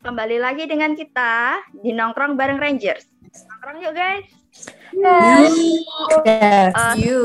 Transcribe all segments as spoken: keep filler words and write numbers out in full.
Kembali lagi dengan kita di Nongkrong bareng Rangers. Nongkrong yuk guys. Yes. Yes. Uh, You.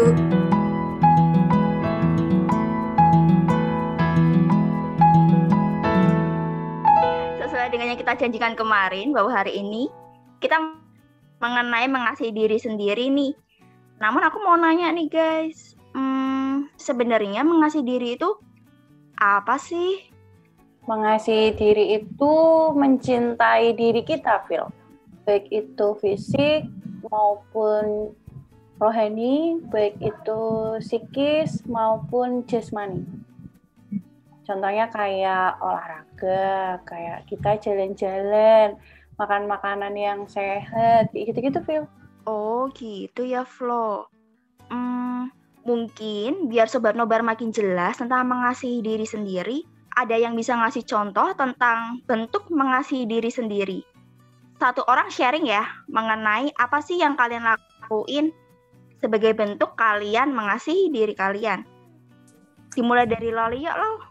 Sesuai dengan yang kita janjikan kemarin bahwa hari ini kita mengenai mengasihi diri sendiri nih. Namun aku mau nanya nih guys, hmm, sebenarnya mengasihi diri itu apa sih? Mengasihi diri itu mencintai diri kita, Phil. Baik itu fisik maupun rohani, baik itu psikis maupun jasmani. Contohnya kayak olahraga, kayak kita jalan-jalan, makan makanan yang sehat, gitu-gitu, Phil. Oh gitu ya, Flo. Hmm, mungkin biar Sobat Nobar makin jelas tentang mengasihi diri sendiri, ada yang bisa ngasih contoh tentang bentuk mengasihi diri sendiri. Satu orang sharing ya, mengenai apa sih yang kalian lakuin sebagai bentuk kalian mengasihi diri kalian. Dimulai dari Loli yuk, lo.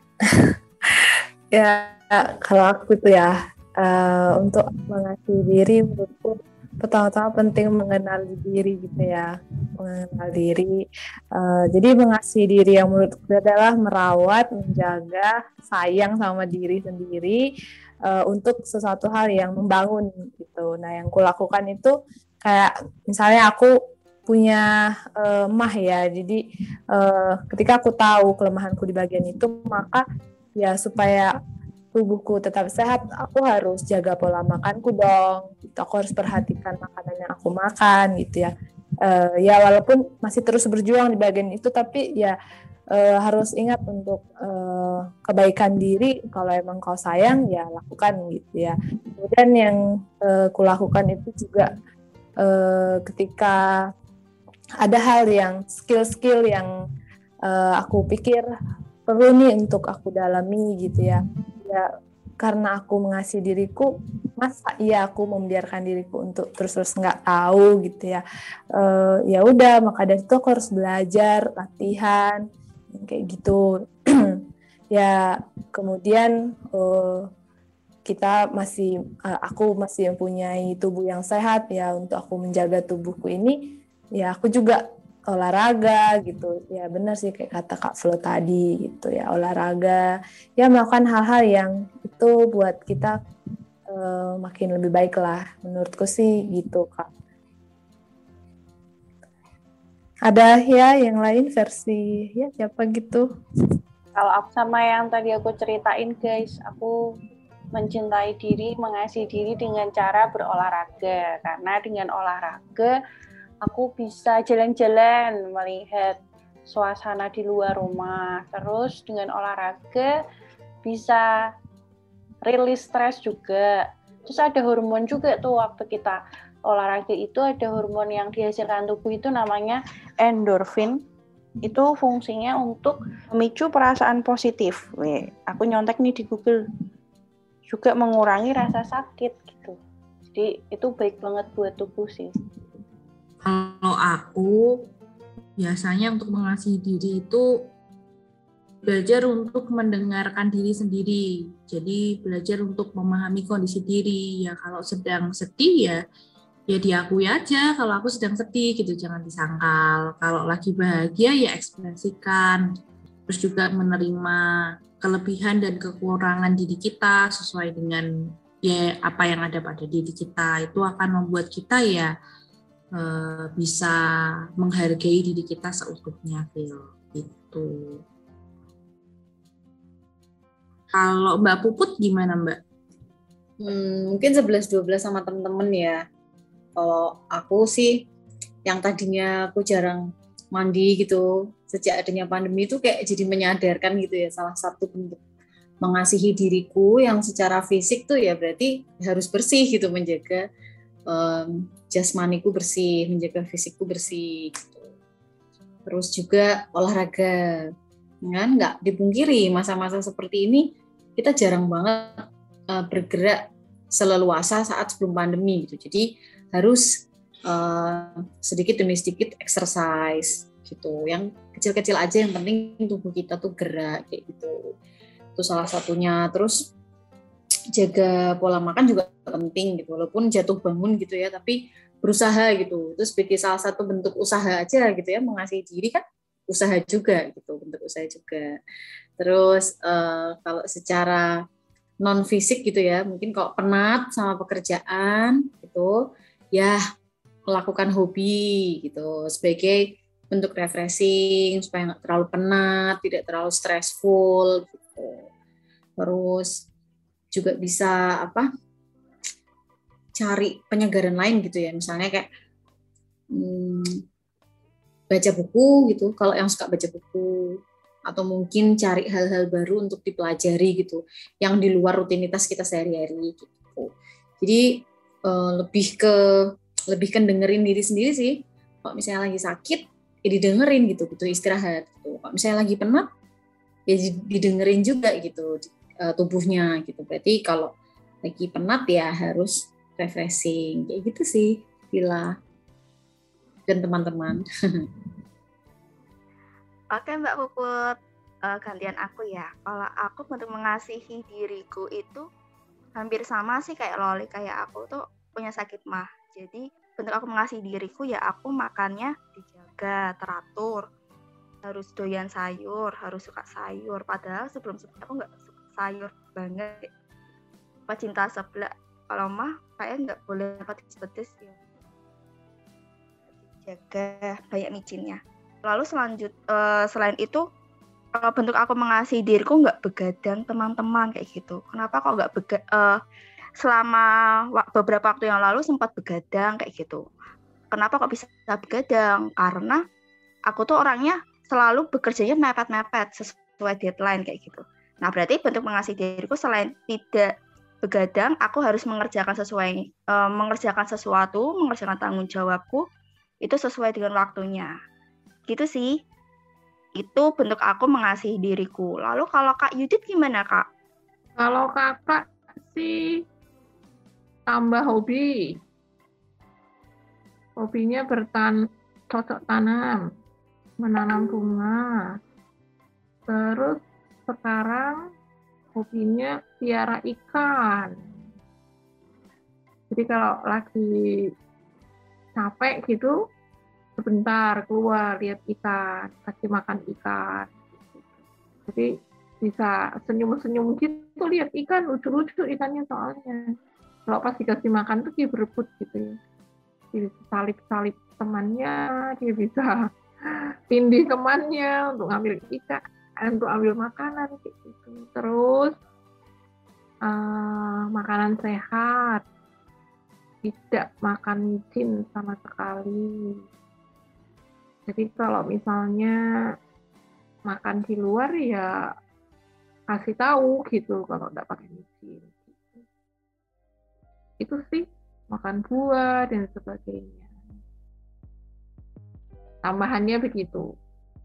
Ya, kalau aku tuh ya, uh, untuk mengasihi diri menurutku pertama-tama penting mengenali diri gitu ya, mengenal diri. Uh, jadi mengasihi diri yang menurutku adalah merawat, menjaga, sayang sama diri sendiri uh, untuk sesuatu hal yang membangun gitu. Nah, yang aku lakukan itu kayak misalnya aku punya uh, mah ya, jadi uh, ketika aku tahu kelemahanku di bagian itu, maka ya supaya tubuhku tetap sehat, aku harus jaga pola makanku dong. Gitu. Aku harus perhatikan makanan yang aku makan gitu ya. Uh, ya walaupun masih terus berjuang di bagian itu, tapi ya uh, harus ingat untuk uh, kebaikan diri. Kalau emang kau sayang, ya lakukan gitu ya. Kemudian yang uh, kulakukan itu juga uh, ketika ada hal yang skill-skill yang uh, aku pikir perlu nih untuk aku dalami gitu ya. Ya karena aku mengasihi diriku, masa iya aku membiarkan diriku untuk terus-terus nggak tahu gitu ya. Uh, ya udah, maka dari itu aku harus belajar, latihan, kayak gitu. Ya kemudian uh, kita masih, uh, aku masih mempunyai tubuh yang sehat ya, untuk aku menjaga tubuhku ini. Ya aku juga olahraga gitu ya, benar sih kayak kata Kak Flo tadi gitu ya, olahraga ya, melakukan hal-hal yang itu buat kita uh, makin lebih baik lah, menurutku sih gitu Kak. Ada ya yang lain versi ya siapa gitu? Kalau aku sama yang tadi aku ceritain guys, aku mencintai diri, mengasihi diri dengan cara berolahraga, karena dengan olahraga aku bisa jalan-jalan, melihat suasana di luar rumah. Terus dengan olahraga bisa rilis stres juga. Terus ada hormon juga tuh waktu kita olahraga itu, ada hormon yang dihasilkan tubuh itu namanya endorfin. Itu fungsinya untuk memicu perasaan positif. Weh, aku nyontek nih di Google. Juga mengurangi rasa sakit gitu. Jadi itu baik banget buat tubuh sih. Kalau aku biasanya untuk mengasihi diri itu belajar untuk mendengarkan diri sendiri. Jadi belajar untuk memahami kondisi diri. Ya kalau sedang sedih ya ya diakui aja kalau aku sedang sedih gitu, jangan disangkal. Kalau lagi bahagia ya ekspresikan. Terus juga menerima kelebihan dan kekurangan diri kita sesuai dengan ya apa yang ada pada diri kita. Itu akan membuat kita ya Uh, bisa menghargai diri kita seutuhnya, Phil. Gitu. Kalau Mbak Puput gimana, Mbak? Hmm, mungkin sebelas dua belas sama temen-temen ya. Kalau aku sih yang tadinya aku jarang mandi gitu, sejak adanya pandemi itu kayak jadi menyadarkan gitu ya, salah satu bentuk mengasihi diriku yang secara fisik tuh ya berarti harus bersih gitu, menjaga um, jasmaniku bersih, menjaga fisikku bersih gitu. Terus juga olahraga, kan nggak dipungkiri masa-masa seperti ini kita jarang banget uh, bergerak seleluasa saat sebelum pandemi gitu. Jadi harus uh, sedikit demi sedikit exercise gitu. Yang kecil-kecil aja, yang penting tubuh kita tuh gerak kayak gitu. Itu salah satunya. Terus jaga pola makan juga penting gitu, walaupun jatuh bangun gitu ya, tapi berusaha gitu. Itu sebagai salah satu bentuk usaha aja gitu ya, mengasihi diri kan usaha juga gitu, bentuk usaha juga. Terus uh, kalau secara non fisik gitu ya, mungkin kalau penat sama pekerjaan gitu ya, melakukan hobi gitu sebagai bentuk refreshing supaya nggak terlalu penat, tidak terlalu stressful gitu. Terus juga bisa apa? Cari penyegaran lain gitu ya, misalnya kayak hmm, baca buku gitu, kalau yang suka baca buku, atau mungkin cari hal-hal baru untuk dipelajari gitu, yang di luar rutinitas kita sehari-hari gitu. Jadi uh, lebih ke lebih kan dengerin diri sendiri sih. Kalau misalnya lagi sakit, ya didengerin gitu, butuh istirahat. Gitu. Kalau misalnya lagi penat, ya didengerin juga gitu uh, tubuhnya gitu. Berarti kalau lagi penat ya harus refreshing kayak gitu sih, Vila dan teman-teman. Oke Mbak Puput, uh, gantian aku ya. Kalau aku untuk mengasihi diriku itu hampir sama sih kayak Loli, kayak aku tuh punya sakit mah. Jadi bentuk aku mengasihi diriku ya aku makannya dijaga, teratur. Harus doyan sayur, harus suka sayur. Padahal sebelum-sebelumnya aku nggak suka sayur banget. Pecinta seblak. Kalau mah kayak nggak boleh pedes-pedes ya. Jaga banyak micinnya. Lalu selanjut uh, selain itu uh, bentuk aku mengasihi diriku nggak begadang teman-teman kayak gitu. Kenapa kok nggak bega uh, selama w- beberapa waktu yang lalu sempat begadang kayak gitu. Kenapa kok bisa begadang? Karena aku tuh orangnya selalu bekerjanya mepet-mepet sesuai deadline kayak gitu. Nah berarti bentuk mengasihi diriku selain tidak begadang, aku harus mengerjakan sesuai uh, mengerjakan sesuatu, mengerjakan tanggung jawabku itu sesuai dengan waktunya. Gitu sih. Itu bentuk aku mengasihi diriku. Lalu kalau Kak Yudit gimana, Kak? Kalau kakak sih tambah hobi. Hobinya bertan cocok tanam, menanam bunga. Terus sekarang hobinya piara ikan. Jadi kalau lagi capek gitu, sebentar keluar lihat ikan, kasih makan ikan. Jadi bisa senyum-senyum gitu lihat ikan, lucu-lucu ikannya soalnya. Kalau pas dikasih makan tuh dia berebut gitu ya. Dia bisa salip-salip temannya, dia bisa tindih temannya untuk ngambil ikan, untuk ambil makanan gitu. Terus uh, makanan sehat, tidak makan micin sama sekali. Jadi kalau misalnya makan di luar ya kasih tahu gitu kalau nggak pakai micin. Itu sih, makan buah dan sebagainya. Tambahannya begitu.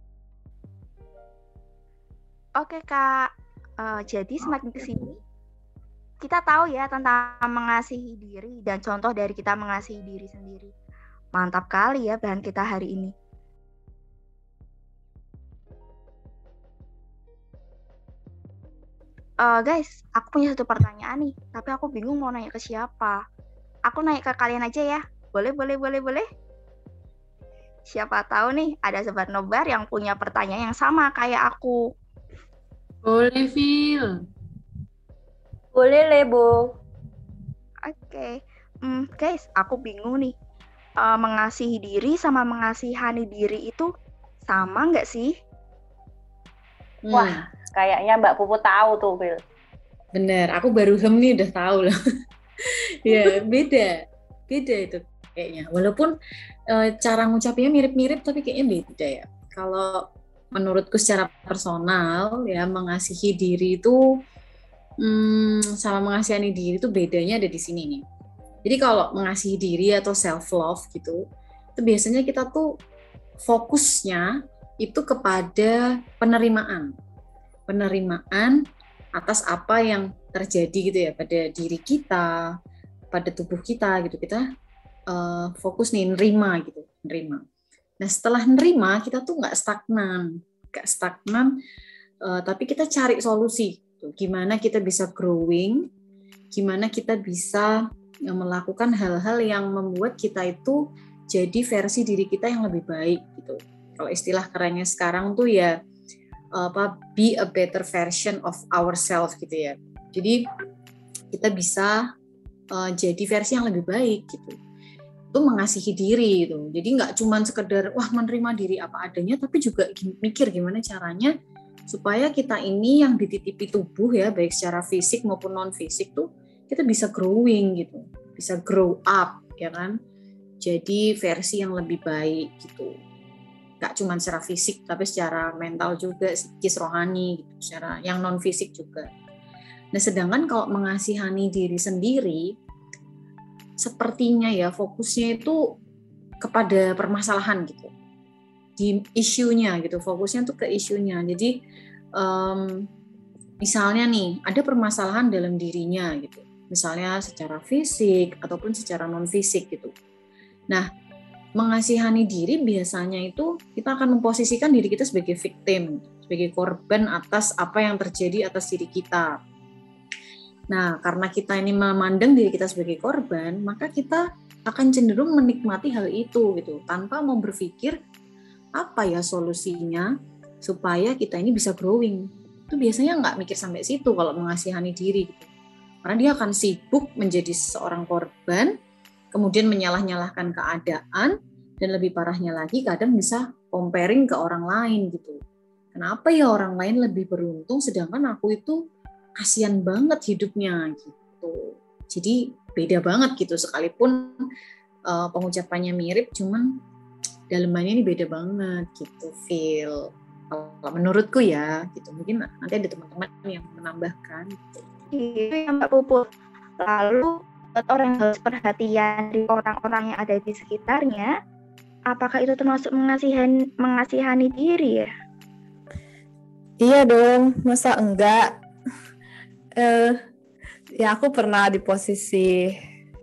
Oke Kak, uh, jadi semakin kesini kita tahu ya tentang mengasihi diri dan contoh dari kita mengasihi diri sendiri. Mantap kali ya bahan kita hari ini. Uh, guys, aku punya satu pertanyaan nih, tapi aku bingung mau nanya ke siapa. Aku nanya ke kalian aja ya. Boleh, boleh, boleh, boleh? Siapa tahu nih ada sobat nobar yang punya pertanyaan yang sama kayak aku. Boleh, Phil. Boleh, Lebo. Oke, okay. hmm, guys, aku bingung nih. Uh, mengasihi diri sama mengasihani diri itu sama nggak sih? Hmm. Wah, kayaknya Mbak Pupu tahu tuh, Phil. Bener, aku baru hem nih udah tahu loh. Ya, beda. Beda itu kayaknya. Walaupun e, cara ngucapnya mirip-mirip, tapi kayaknya beda ya. Kalau menurutku secara personal, ya mengasihi diri itu hmm, sama mengasihani diri itu bedanya ada di sini nih. Jadi kalau mengasihi diri atau self-love gitu, itu biasanya kita tuh fokusnya itu kepada penerimaan. Penerimaan atas apa yang terjadi gitu ya pada diri kita, pada tubuh kita gitu. Kita uh, fokus nih nerima gitu, nerima. Nah setelah nerima kita tuh nggak stagnan, nggak stagnan, uh, tapi kita cari solusi. Gitu. Gimana kita bisa growing, gimana kita bisa melakukan hal-hal yang membuat kita itu jadi versi diri kita yang lebih baik gitu. Kalau istilah kerennya sekarang tuh ya apa be a better version of ourselves gitu ya. Jadi kita bisa uh, jadi versi yang lebih baik gitu. Itu mengasihi diri gitu. Jadi nggak cuma sekedar wah menerima diri apa adanya, tapi juga mikir gimana caranya supaya kita ini yang dititipi tubuh ya, baik secara fisik maupun non fisik tuh kita bisa growing gitu, bisa grow up ya kan, jadi versi yang lebih baik gitu, gak cuma secara fisik tapi secara mental juga, psikis, rohani gitu, secara yang non fisik juga. Nah sedangkan kalau mengasihani diri sendiri sepertinya ya fokusnya itu kepada permasalahan gitu, di isunya gitu, fokusnya tuh ke isunya. Jadi um, misalnya nih ada permasalahan dalam dirinya gitu, misalnya secara fisik ataupun secara non fisik gitu. Nah, mengasihani diri biasanya itu kita akan memposisikan diri kita sebagai victim, sebagai korban atas apa yang terjadi atas diri kita. Nah, karena kita ini memandang diri kita sebagai korban, maka kita akan cenderung menikmati hal itu gitu, tanpa mau berpikir apa ya solusinya supaya kita ini bisa growing. Itu biasanya nggak mikir sampai situ kalau mengasihani diri gitu. Karena dia akan sibuk menjadi seorang korban, kemudian menyalah-nyalahkan keadaan, dan lebih parahnya lagi kadang bisa comparing ke orang lain gitu. Kenapa ya orang lain lebih beruntung sedangkan aku itu kasihan banget hidupnya gitu. Jadi beda banget gitu, sekalipun uh, pengucapannya mirip, cuman dalemannya ini beda banget gitu, feel. Kalau menurutku ya gitu, mungkin nanti ada teman-teman yang menambahkan gitu. Itu yang Mbak Puput. Lalu buat orang yang harus perhatian dari orang-orang yang ada di sekitarnya, apakah itu termasuk mengasihani, mengasihani diri ya? Iya dong, masa enggak? Uh, ya aku pernah di posisi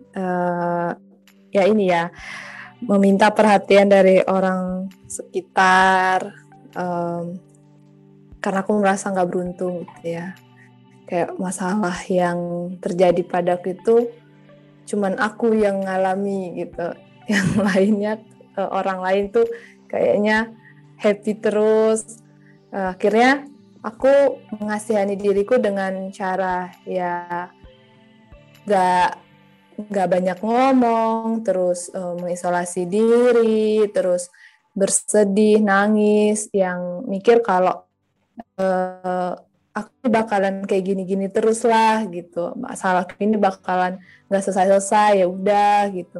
uh, ya ini ya, meminta perhatian dari orang sekitar, um, karena aku merasa nggak beruntung gitu ya. Kayak masalah yang terjadi padaku itu cuman aku yang ngalami gitu, yang lainnya uh, orang lain tuh kayaknya happy terus. Uh, akhirnya aku mengasihani diriku dengan cara ya gak, gak banyak ngomong, terus uh, mengisolasi diri, terus bersedih, nangis, yang mikir kalau uh, aku bakalan kayak gini-gini terus lah gitu, masalah ini bakalan gak selesai-selesai, ya udah gitu,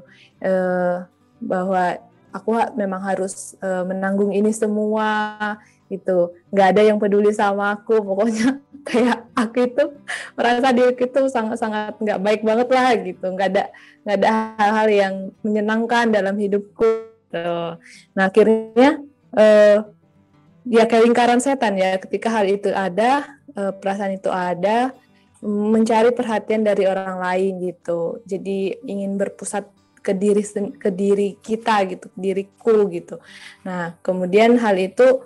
uh, bahwa aku memang harus uh, menanggung ini semua gitu, nggak ada yang peduli sama aku, pokoknya kayak aku itu merasa diriku itu sangat-sangat nggak baik banget lah gitu, nggak ada nggak ada hal-hal yang menyenangkan dalam hidupku gitu. Nah akhirnya eh, ya kayak lingkaran setan ya, ketika hal itu ada, eh, perasaan itu ada, mencari perhatian dari orang lain gitu, jadi ingin berpusat ke diri ke diri kita gitu, ke diriku gitu. Nah kemudian hal itu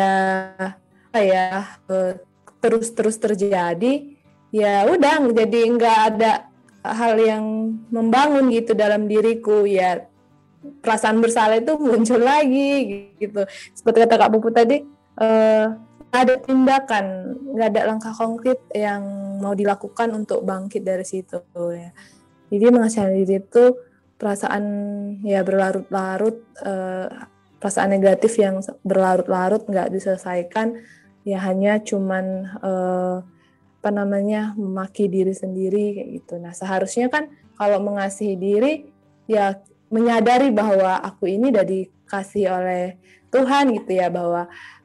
ya apa ya terus-terus terjadi, ya udah jadi nggak ada hal yang membangun gitu dalam diriku, ya perasaan bersalah itu muncul lagi gitu. Seperti kata Kak Puput tadi, eh, ada tindakan, nggak ada langkah konkret yang mau dilakukan untuk bangkit dari situ ya. Jadi mengasihani diri itu perasaan ya berlarut-larut, eh, perasaan negatif yang berlarut-larut nggak diselesaikan, ya hanya cuman eh, apa namanya memaki diri sendiri kayak gitu. Nah seharusnya kan kalau mengasihi diri ya menyadari bahwa aku ini udah dikasih oleh Tuhan gitu ya, bahwa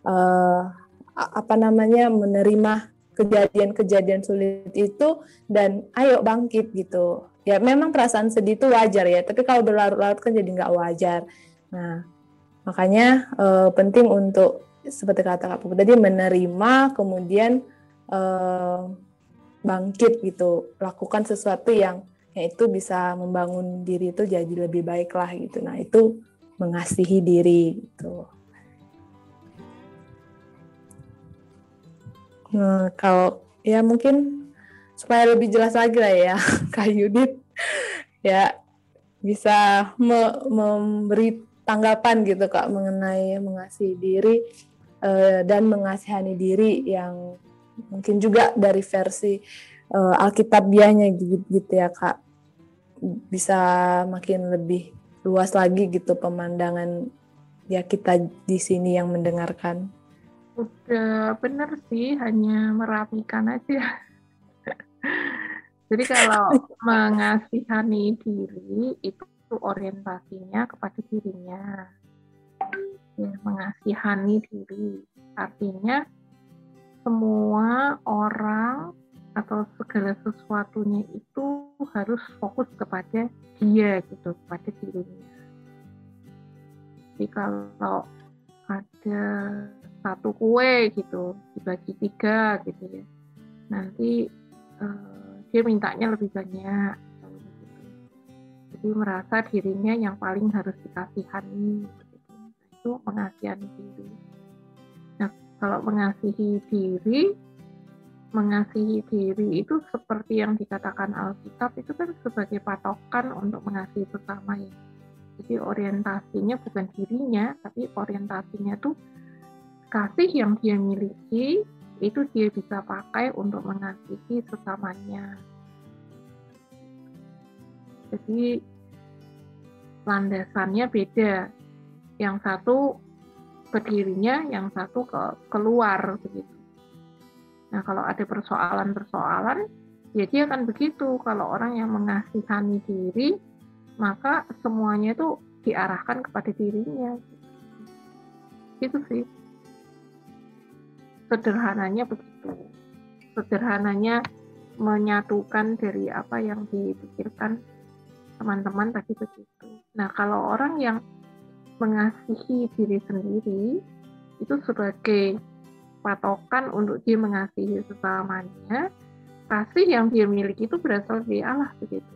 eh, apa namanya menerima kejadian-kejadian sulit itu dan ayo bangkit gitu. Ya memang perasaan sedih itu wajar ya, tapi kalau berlarut-larut kan jadi nggak wajar. Nah makanya eh, penting untuk seperti kata Kak Puput tadi, menerima kemudian eh, bangkit gitu, lakukan sesuatu yang yang itu bisa membangun diri itu jadi lebih baik lah gitu. Nah itu mengasihi diri gitu. Nah, kalau ya mungkin supaya lebih jelas lagi lah ya Kak Yudit ya bisa me- memberi tanggapan gitu Kak mengenai mengasihi diri uh, dan mengasihani diri yang mungkin juga dari versi uh, Alkitabiahnya gitu, gitu ya Kak, bisa makin lebih luas lagi gitu pemandangan ya kita di sini yang mendengarkan. Udah bener sih, hanya merapikan aja. Jadi kalau mengasihani diri itu orientasinya kepada dirinya. Ya, mengasihani diri artinya semua orang atau segala sesuatunya itu harus fokus kepada dia gitu, kepada dirinya. Jadi kalau ada satu kue gitu dibagi tiga gitu ya, nanti uh, dia mintanya lebih banyak gitu. Jadi merasa dirinya yang paling harus dikasihani gitu. Itu mengasihani diri. Nah kalau mengasihi diri mengasihi diri itu seperti yang dikatakan Alkitab itu kan sebagai patokan untuk mengasihi sesama ya. Jadi orientasinya bukan dirinya, tapi orientasinya tuh kasih yang dia miliki itu dia bisa pakai untuk mengasihi sesamanya. Jadi landasannya beda. Yang satu ke dirinya, yang satu ke keluar begitu. Nah, kalau ada persoalan-persoalan, ya dia akan begitu. Kalau orang yang mengasihani diri, maka semuanya itu diarahkan kepada dirinya. Itu sih. Sederhananya begitu. Sederhananya menyatukan dari apa yang dipikirkan teman-teman tadi begitu. Nah, kalau orang yang mengasihi diri sendiri, itu sebagai patokan untuk dia mengasihi sesamanya, kasih yang dia miliki itu berasal dari Allah begitu.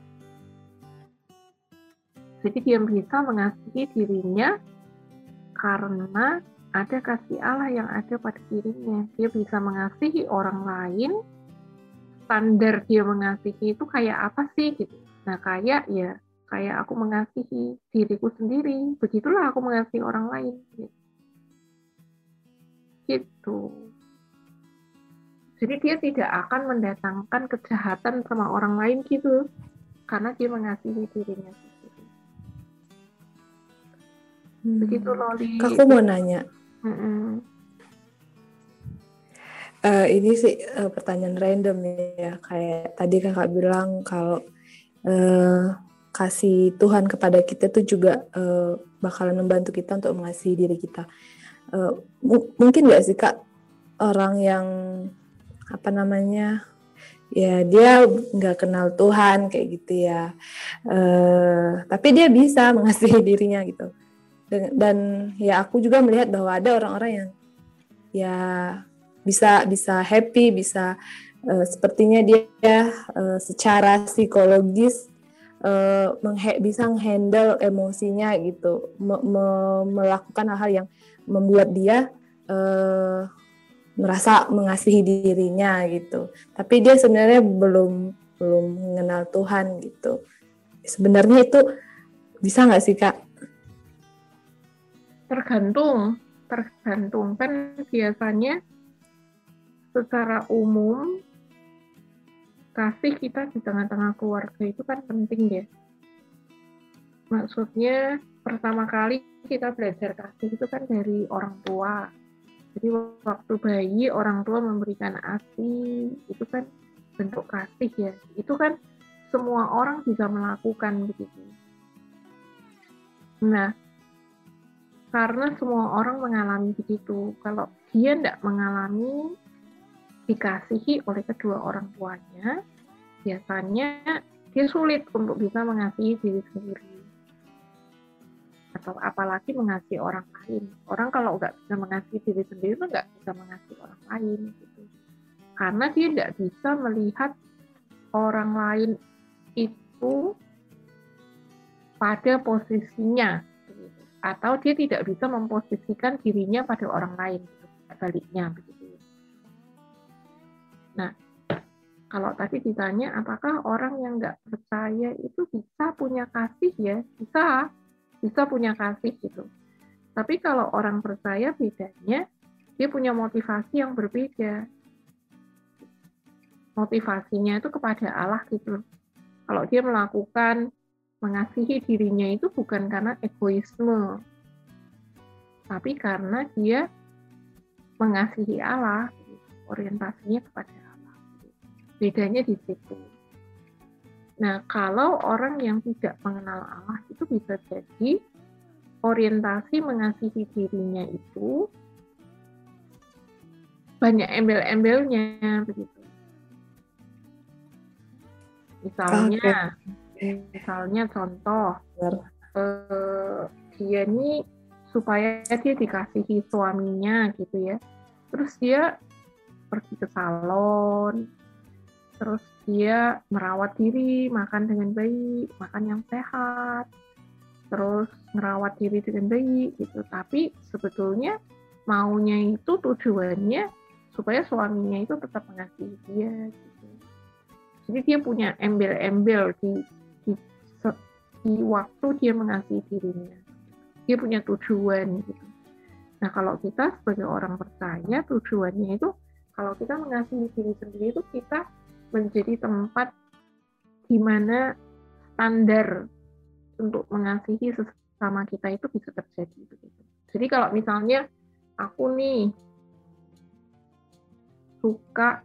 Jadi dia bisa mengasihi dirinya karena ada kasih Allah yang ada pada dirinya. Dia bisa mengasihi orang lain. Standar dia mengasihi itu kayak apa sih gitu. Nah kayak ya kayak aku mengasihi diriku sendiri. Begitulah aku mengasihi orang lain. Gitu. Jadi dia tidak akan mendatangkan kejahatan sama orang lain gitu. Karena dia mengasihi dirinya sendiri. Begitu Loli. Aku mau nanya. Mm-mm. Uh, ini sih uh, pertanyaan random ya. Kayak tadi kakak bilang kalau uh, kasih Tuhan kepada kita tuh juga uh, bakalan membantu kita untuk mengasihi diri kita. Uh, m- mungkin nggak sih kak orang yang apa namanya ya dia nggak kenal Tuhan kayak gitu ya. Uh, tapi dia bisa mengasihi dirinya gitu. Dan ya aku juga melihat bahwa ada orang-orang yang ya bisa bisa happy, bisa uh, sepertinya dia uh, secara psikologis uh, menghe- bisa menghandle emosinya gitu, me- me- melakukan hal-hal yang membuat dia uh, merasa mengasihi dirinya gitu. Tapi dia sebenarnya belum belum mengenal Tuhan gitu. Sebenarnya itu bisa nggak sih kak? Tergantung, tergantung kan biasanya secara umum kasih kita di tengah-tengah keluarga itu kan penting ya. Maksudnya pertama kali kita belajar kasih itu kan dari orang tua. Jadi waktu bayi orang tua memberikan ASI itu kan bentuk kasih ya. Itu kan semua orang bisa melakukan begitu. Nah, karena semua orang mengalami begitu. Kalau dia tidak mengalami dikasihi oleh kedua orang tuanya, biasanya dia sulit untuk bisa mengasihi diri sendiri. Atau apalagi mengasihi orang lain. Orang kalau nggak bisa mengasihi diri sendiri, itu nggak bisa mengasihi orang lain. Gitu. Karena dia tidak bisa melihat orang lain itu pada posisinya. Atau dia tidak bisa memposisikan dirinya pada orang lain, baliknya begitu. Nah, Kalau tadi ditanya apakah orang yang nggak percaya itu bisa punya kasih ya? Bisa, bisa punya kasih gitu. Tapi kalau orang percaya bedanya, dia punya motivasi yang berbeda. Motivasinya itu kepada Allah gitu. Kalau dia melakukan mengasihi dirinya itu bukan karena egoisme, tapi karena dia mengasihi Allah, orientasinya kepada Allah. Bedanya di situ. Nah, kalau orang yang tidak mengenal Allah itu bisa jadi orientasi mengasihi dirinya itu banyak embel-embelnya begitu. Misalnya, okay. misalnya contoh, eh, dia ini supaya dia dikasihi suaminya gitu ya, terus dia pergi ke salon, terus dia merawat diri, makan dengan baik, makan yang sehat, terus merawat diri dengan baik gitu. Tapi sebetulnya maunya itu tujuannya supaya suaminya itu tetap mengasihi dia gitu. Jadi dia punya embel-embel di, di, di waktu dia mengasihi dirinya. Dia punya tujuan gitu. Nah, kalau kita sebagai orang percaya, tujuannya itu kalau kita mengasihi diri sendiri itu kita menjadi tempat di mana standar untuk mengasihi sesama kita itu bisa terjadi. Begitu. Jadi kalau misalnya aku nih suka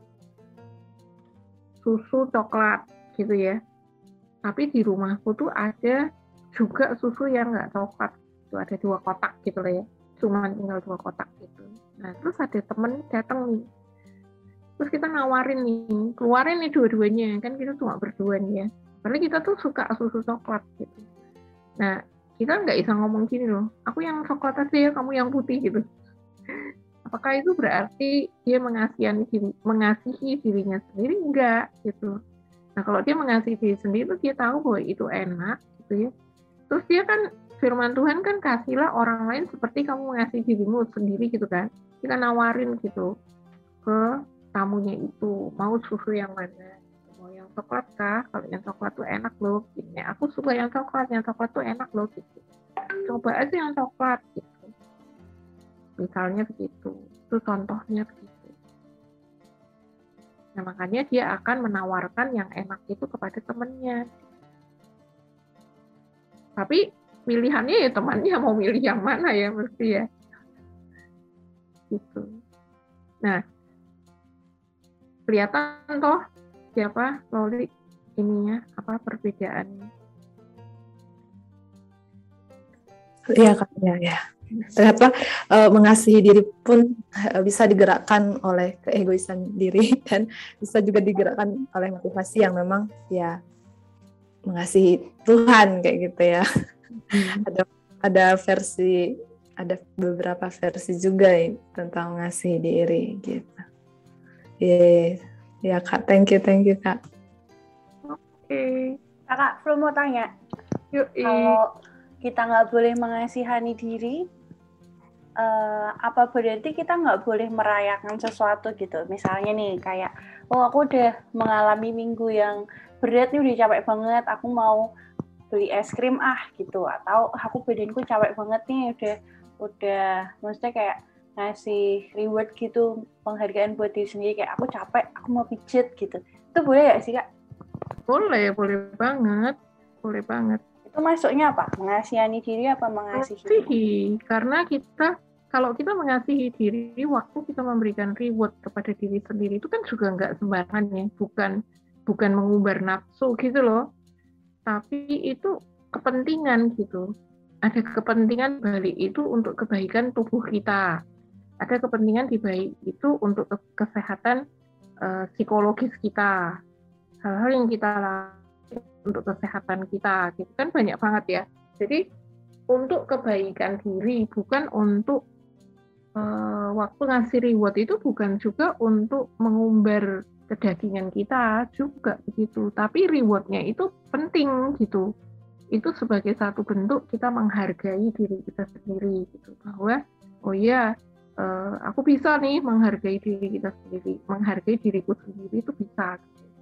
susu coklat gitu ya, tapi di rumahku tuh ada juga susu yang nggak coklat, itu ada dua kotak gitu lah ya, cuma tinggal dua kotak gitu. Nah terus ada temen datang nih, terus kita nawarin nih, keluarin nih dua-duanya, kan kita cuma berdua nih ya, padahal kita tuh suka susu coklat gitu. Nah kita nggak bisa ngomong gini loh, aku yang coklat aja ya, kamu yang putih gitu. Apakah itu berarti dia mengasihi diri, mengasihi dirinya sendiri? Enggak gitu. Nah kalau dia mengasihi diri sendiri itu dia tahu bahwa itu enak gitu ya. Terus dia kan firman Tuhan kan kasihlah orang lain seperti kamu mengasihi dirimu sendiri gitu kan. Kita nawarin gitu ke tamunya itu, mau susu yang mana? Mau yang coklat kah? Kalau yang coklat tuh enak loh. Gini, aku suka yang coklat, yang coklat tuh enak loh gitu. Coba aja yang coklat gitu. Misalnya begitu, itu contohnya begitu. Nah makanya dia akan menawarkan yang enak itu kepada temannya. Tapi pilihannya ya temannya mau milih yang mana ya mesti ya. Gitu. Nah, kelihatan toh siapa Loli ininya apa perbedaannya? Iya Kak, ya ya. Ternyata uh, mengasihi diri pun uh, bisa digerakkan oleh keegoisan diri dan bisa juga digerakkan oleh motivasi yang memang ya mengasihi Tuhan kayak gitu ya. Hmm. ada ada versi ada beberapa versi juga ya, tentang mengasihi diri gitu. Iya yeah. Ya Kak, thank you thank you Kak. Oke, okay. Kakak Flo mau tanya. Yuk, kalau kita nggak boleh mengasihani diri, uh, apa berarti kita nggak boleh merayakan sesuatu gitu? Misalnya nih kayak, oh aku udah mengalami minggu yang berat nih, udah capek banget, aku mau beli es krim ah gitu, atau aku badanku capek banget nih, udah udah maksudnya kayak ngasih reward gitu, penghargaan buat diri sendiri, kayak aku capek, aku mau pijet gitu. Itu boleh nggak sih Kak? Boleh, boleh banget, boleh banget. Itu masuknya apa? Mengasihani diri apa mengasihi? Mengasihi, karena kita kalau kita mengasihi diri, waktu kita memberikan reward kepada diri sendiri itu kan juga nggak sembarangan ya, bukan bukan mengumbar nafsu gitu loh, tapi itu kepentingan gitu. Ada kepentingan balik itu untuk kebaikan tubuh kita, ada kepentingan di balik itu untuk kesehatan uh, psikologis kita, hal-hal yang kita lakukan untuk kesehatan kita, gitu kan banyak banget ya. Jadi untuk kebaikan diri, bukan untuk uh, waktu ngasih reward itu bukan juga untuk mengumbar kedagingan kita juga begitu. Tapi rewardnya itu penting gitu. Itu sebagai satu bentuk kita menghargai diri kita sendiri gitu. Bahwa oh iya uh, aku bisa nih menghargai diri kita sendiri, menghargai diriku sendiri itu bisa. Gitu.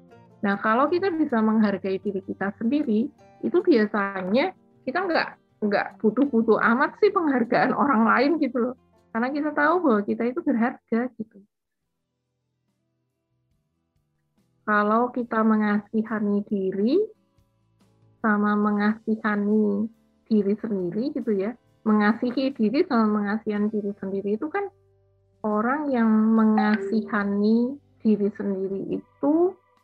Nah, kalau kita bisa menghargai diri kita sendiri, itu biasanya kita nggak nggak butuh-butuh amat sih penghargaan orang lain gitu loh. Karena kita tahu bahwa kita itu berharga gitu. Kalau kita mengasihani diri sama mengasihani diri sendiri gitu ya, mengasihi diri sama mengasihan diri sendiri itu kan orang yang mengasihani diri sendiri itu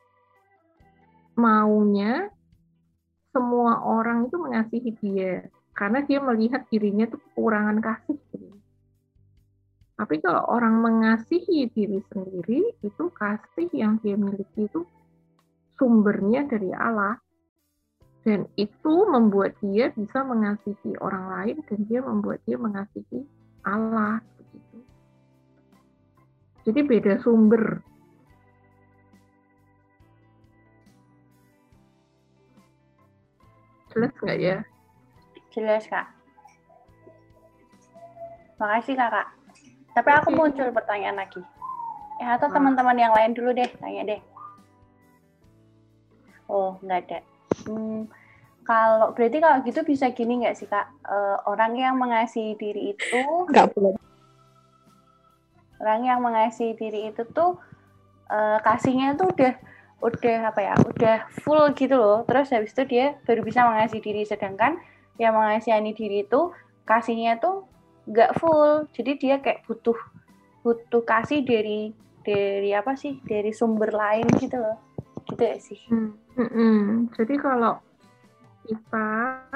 maunya semua orang itu mengasihi dia karena dia melihat dirinya itu kekurangan kasih. Tapi kalau orang mengasihi diri sendiri itu kasih yang dia miliki itu sumbernya dari Allah. Dan itu membuat dia bisa mengasihi orang lain dan dia membuat dia mengasihi Allah. Begitu. Jadi beda sumber. Jelas nggak ya? Jelas, Kak. Makasih, Kakak. Tapi aku muncul pertanyaan lagi. Ya, atau teman-teman yang lain dulu deh, tanya deh. Oh, nggak ada. Hmm, kalau berarti kalau gitu bisa gini nggak sih, Kak? Uh, orang yang mengasihi diri itu Nggak boleh. Orang yang mengasihi diri itu tuh uh, kasihnya tuh udah udah apa ya? Udah full gitu loh. Terus habis itu dia baru bisa mengasihi diri, sedangkan yang mengasihani diri itu kasihnya tuh nggak full. Jadi dia kayak butuh butuh kasih dari dari apa sih? Dari sumber lain gitu loh. Gitu ya sih. Hmm. Hmm. Jadi kalau kita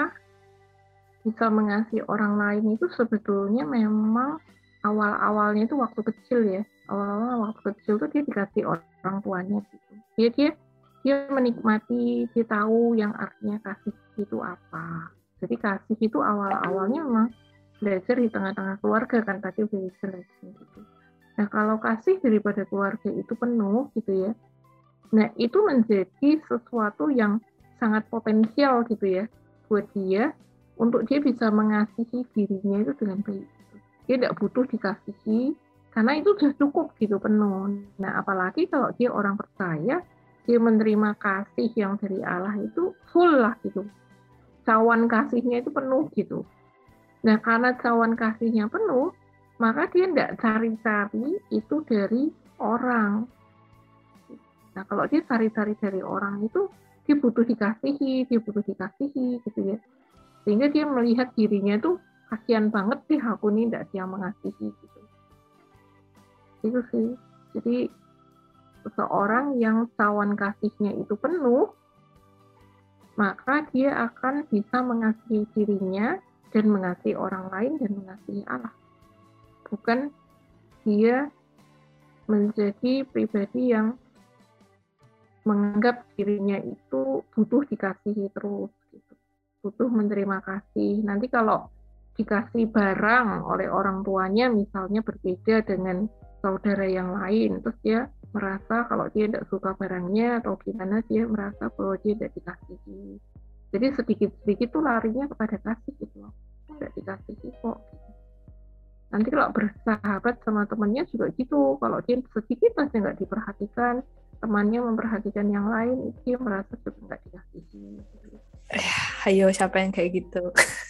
bisa mengasihi orang lain itu sebetulnya memang awal-awalnya itu waktu kecil ya. Awal-awal waktu kecil itu dia dikasih orang tuanya gitu. Dia dia dia menikmati, dia tahu yang artinya kasih itu apa. Jadi kasih itu awal-awalnya memang belajar di tengah-tengah keluarga kan tadi udah dijelasin gitu. Nah kalau kasih daripada keluarga itu penuh gitu ya. Nah itu menjadi sesuatu yang sangat potensial gitu ya buat dia untuk dia bisa mengasihi dirinya itu dengan baik. Dia tidak butuh dikasihi karena itu sudah cukup gitu penuh. Nah apalagi kalau dia orang percaya, dia menerima kasih yang dari Allah itu full lah gitu. Cawan kasihnya itu penuh gitu. Nah karena cawan kasihnya penuh, maka dia tidak cari-cari itu dari orang. Nah kalau dia cari-cari dari orang itu, dia butuh dikasihi, dia butuh dikasihi gitu ya. Sehingga dia melihat dirinya tuh kasihan banget sih aku ini tidak dia mengasihi gitu. Itu sih. Jadi seseorang yang cawan kasihnya itu penuh, maka dia akan bisa mengasihi dirinya dan mengasihi orang lain dan mengasihi Allah. Bukan dia menjadi pribadi yang menganggap dirinya itu butuh dikasihi terus, gitu. Butuh menerima kasih. Nanti kalau dikasih barang oleh orang tuanya, misalnya berbeda dengan saudara yang lain, terus dia merasa kalau dia tidak suka barangnya atau gimana, dia merasa bahwa dia tidak dikasihi. Jadi sedikit-sedikit tuh larinya kepada kasih gitu loh. Tidak dikasihi kok. Gitu. Nanti kalau bersahabat sama temannya juga gitu, kalau dia sedikit aja nggak diperhatikan, temannya memperhatikan yang lain, dia merasa juga nggak dikasihi. Eh, ayo siapa yang kayak gitu?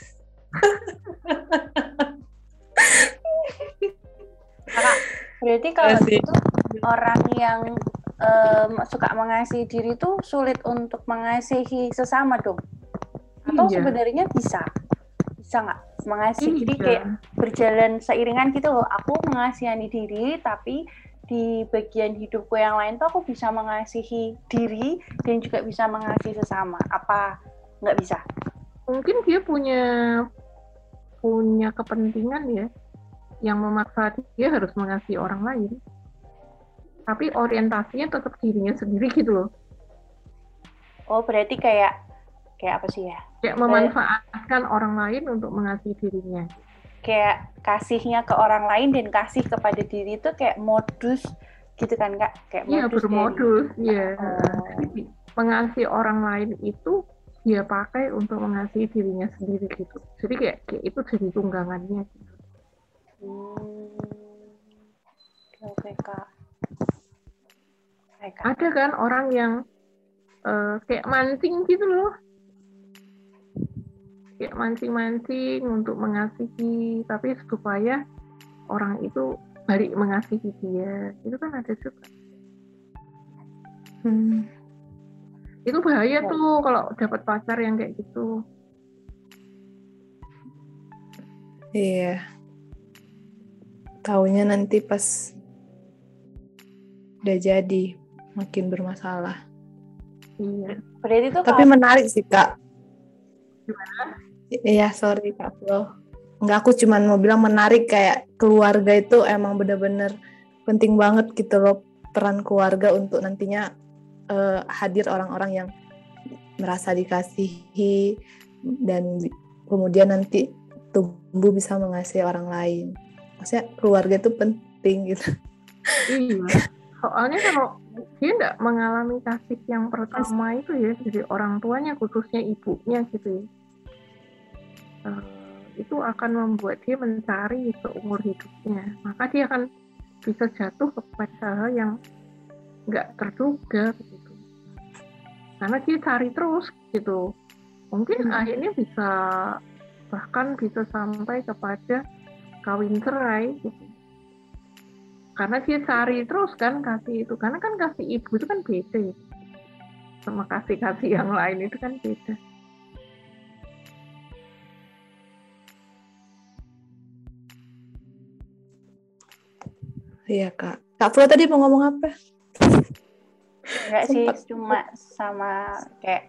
Kakak, berarti kalau itu orang yang um, suka mengasihi diri itu sulit untuk mengasihi sesama dong? Atau Iya. sebenarnya bisa? Bisa nggak mengasihi? Iya. Jadi kayak berjalan seiringan gitu loh. Aku mengasihani diri, tapi di bagian hidupku yang lain tuh aku bisa mengasihi diri dan juga bisa mengasihi sesama. Apa nggak bisa? Mungkin dia punya punya kepentingan ya yang memaksa dia harus mengasihi orang lain, tapi orientasinya tetap dirinya sendiri gitu loh. Oh berarti kayak kayak apa sih ya? Kayak memanfaatkan orang lain untuk mengasihi dirinya. Kayak kasihnya ke orang lain dan kasih kepada diri itu kayak modus gitu kan Kak? Kayak Iya, modus bermodus, iya. Oh. Jadi, mengasihi orang lain itu dia pakai untuk mengasihi dirinya sendiri gitu. Jadi kayak, kayak itu jadi tunggangannya gitu. Hmm. Oke, Kak. Hai, Kak. Ada kan orang yang uh, kayak mancing gitu loh. Kayak mancing-mancing untuk mengasihi, tapi supaya orang itu balik mengasihi dia. Itu kan ada juga. Hmm. Itu bahaya tuh kalau dapat pacar yang kayak gitu. Iya. Taunya nanti pas udah jadi makin bermasalah. Iya. Berarti itu Tapi menarik sih Kak. Gimana? Iya, sorry Kak Flo. Enggak, aku cuma mau bilang menarik, kayak keluarga itu emang benar-benar penting banget gitu loh, peran keluarga untuk nantinya uh, hadir orang-orang yang merasa dikasihi dan kemudian nanti tumbuh bisa mengasihi orang lain. Maksudnya keluarga itu penting gitu. Iya. Soalnya kalau dia nggak mengalami kasih yang pertama itu ya dari orang tuanya, khususnya ibunya gitu ya, uh, itu akan membuat dia mencari seumur hidupnya. Maka dia akan bisa jatuh kepada hal yang nggak terduga gitu. Karena dia cari terus gitu. Mungkin hmm. akhirnya bisa, bahkan bisa sampai kepada kawin cerai gitu. Karena dia cari terus kan kasih itu. Karena kan kasih ibu itu kan beda ya. Sama kasih-kasih yang lain itu kan beda. Iya Kak. Kak Flo tadi mau ngomong apa? Enggak sih, cuma sama kayak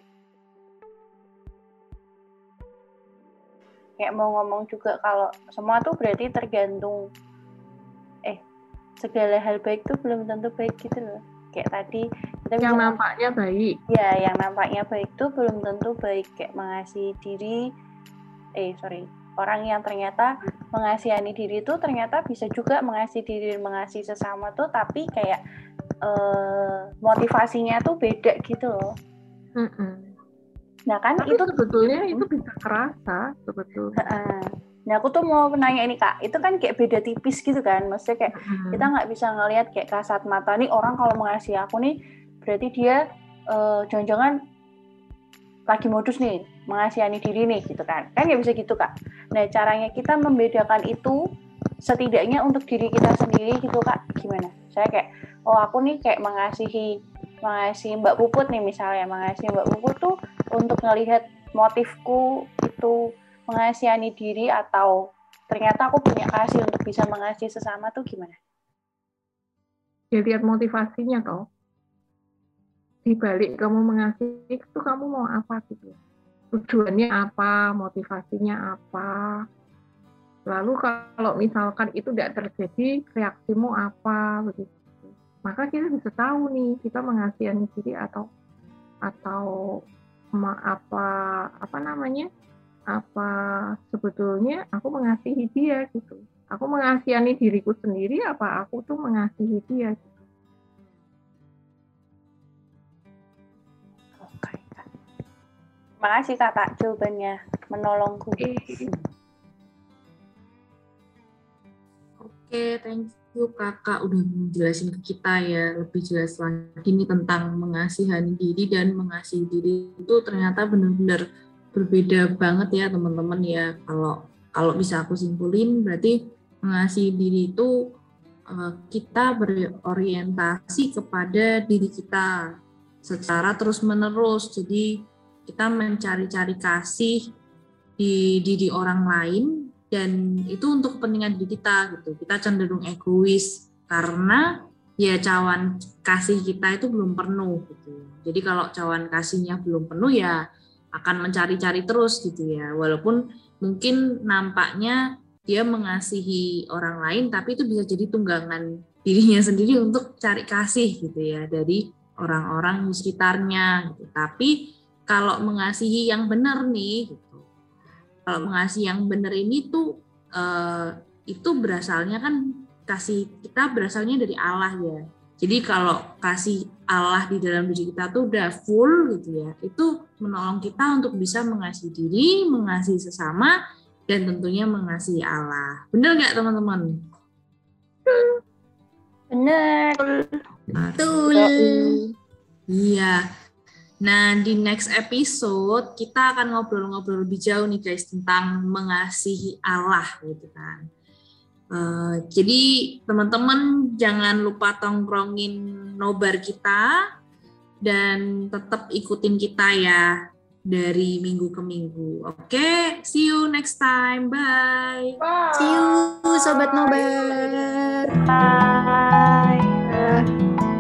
kayak mau ngomong juga kalau semua tuh berarti tergantung eh segala hal baik tuh belum tentu baik gitu loh. Kayak tadi kita yang bisa, nampaknya baik. Ya, yang nampaknya baik tuh belum tentu baik, kayak mengasihi diri eh sorry orang yang ternyata mengasihani diri itu ternyata bisa juga mengasihi diri dan mengasihi sesama tuh, tapi kayak uh, motivasinya tuh beda gitu loh. Mm-mm. Nah kan tapi itu sebetulnya itu bisa kerasa sebetulnya. Uh, nah aku tuh mau nanya ini Kak, itu kan kayak beda tipis gitu kan, maksudnya kayak mm-hmm. kita nggak bisa ngelihat kayak kasat mata nih orang kalau mengasihi aku nih berarti dia uh, jangan-jangan lagi modus nih, mengasihani diri nih gitu kan. Kan nggak bisa gitu Kak. Nah caranya kita membedakan itu setidaknya untuk diri kita sendiri gitu Kak, gimana? Saya kayak, oh aku nih kayak mengasihi mengasihi Mbak Puput nih misalnya, mengasihi Mbak Puput tuh untuk ngelihat motifku itu mengasihani diri atau ternyata aku punya kasih untuk bisa mengasihi sesama tuh gimana? Ya lihat motivasinya toh. Di balik kamu mengasihi itu kamu mau apa gitu, tujuannya apa, motivasinya apa, lalu kalau misalkan itu tidak terjadi reaksimu apa begitu, maka kita bisa tahu nih kita mengasihi diri atau atau apa apa namanya apa sebetulnya aku mengasihi dia gitu, aku mengasihi diriku sendiri apa aku tuh mengasihi dia gitu. Terima kasih Kakak jawabannya, menolongku. Oke, okay, thank you Kakak udah menjelasin ke kita ya lebih jelas lagi nih tentang mengasihani diri dan mengasihi diri itu ternyata benar-benar berbeda banget ya teman-teman ya. Kalau kalau bisa aku simpulin berarti mengasihi diri itu uh, kita berorientasi kepada diri kita secara terus-menerus. Jadi kita mencari-cari kasih di diri orang lain dan itu untuk kepentingan diri kita gitu. Kita cenderung egois karena ya cawan kasih kita itu belum penuh gitu. Jadi kalau cawan kasihnya belum penuh ya akan mencari-cari terus gitu ya. Walaupun mungkin nampaknya dia mengasihi orang lain tapi itu bisa jadi tunggangan dirinya sendiri untuk cari kasih gitu ya dari orang-orang di sekitarnya gitu. Tapi kalau mengasihi yang benar nih, gitu. Kalau mengasihi yang benar ini tuh uh, itu berasalnya kan kasih kita berasalnya dari Allah ya. Jadi kalau kasih Allah di dalam diri kita tuh udah full gitu ya, itu menolong kita untuk bisa mengasihi diri, mengasihi sesama, dan tentunya mengasihi Allah. Benar nggak teman-teman? Benar. Betul. Iya. Nah, di next episode kita akan ngobrol-ngobrol lebih jauh nih guys tentang mengasihi Allah gitu kan. Uh, jadi teman-teman jangan lupa tongkrongin nobar kita dan tetap ikutin kita ya dari minggu ke minggu. Oke, okay? See you next time. Bye. Bye. See you sobat nobar. Bye.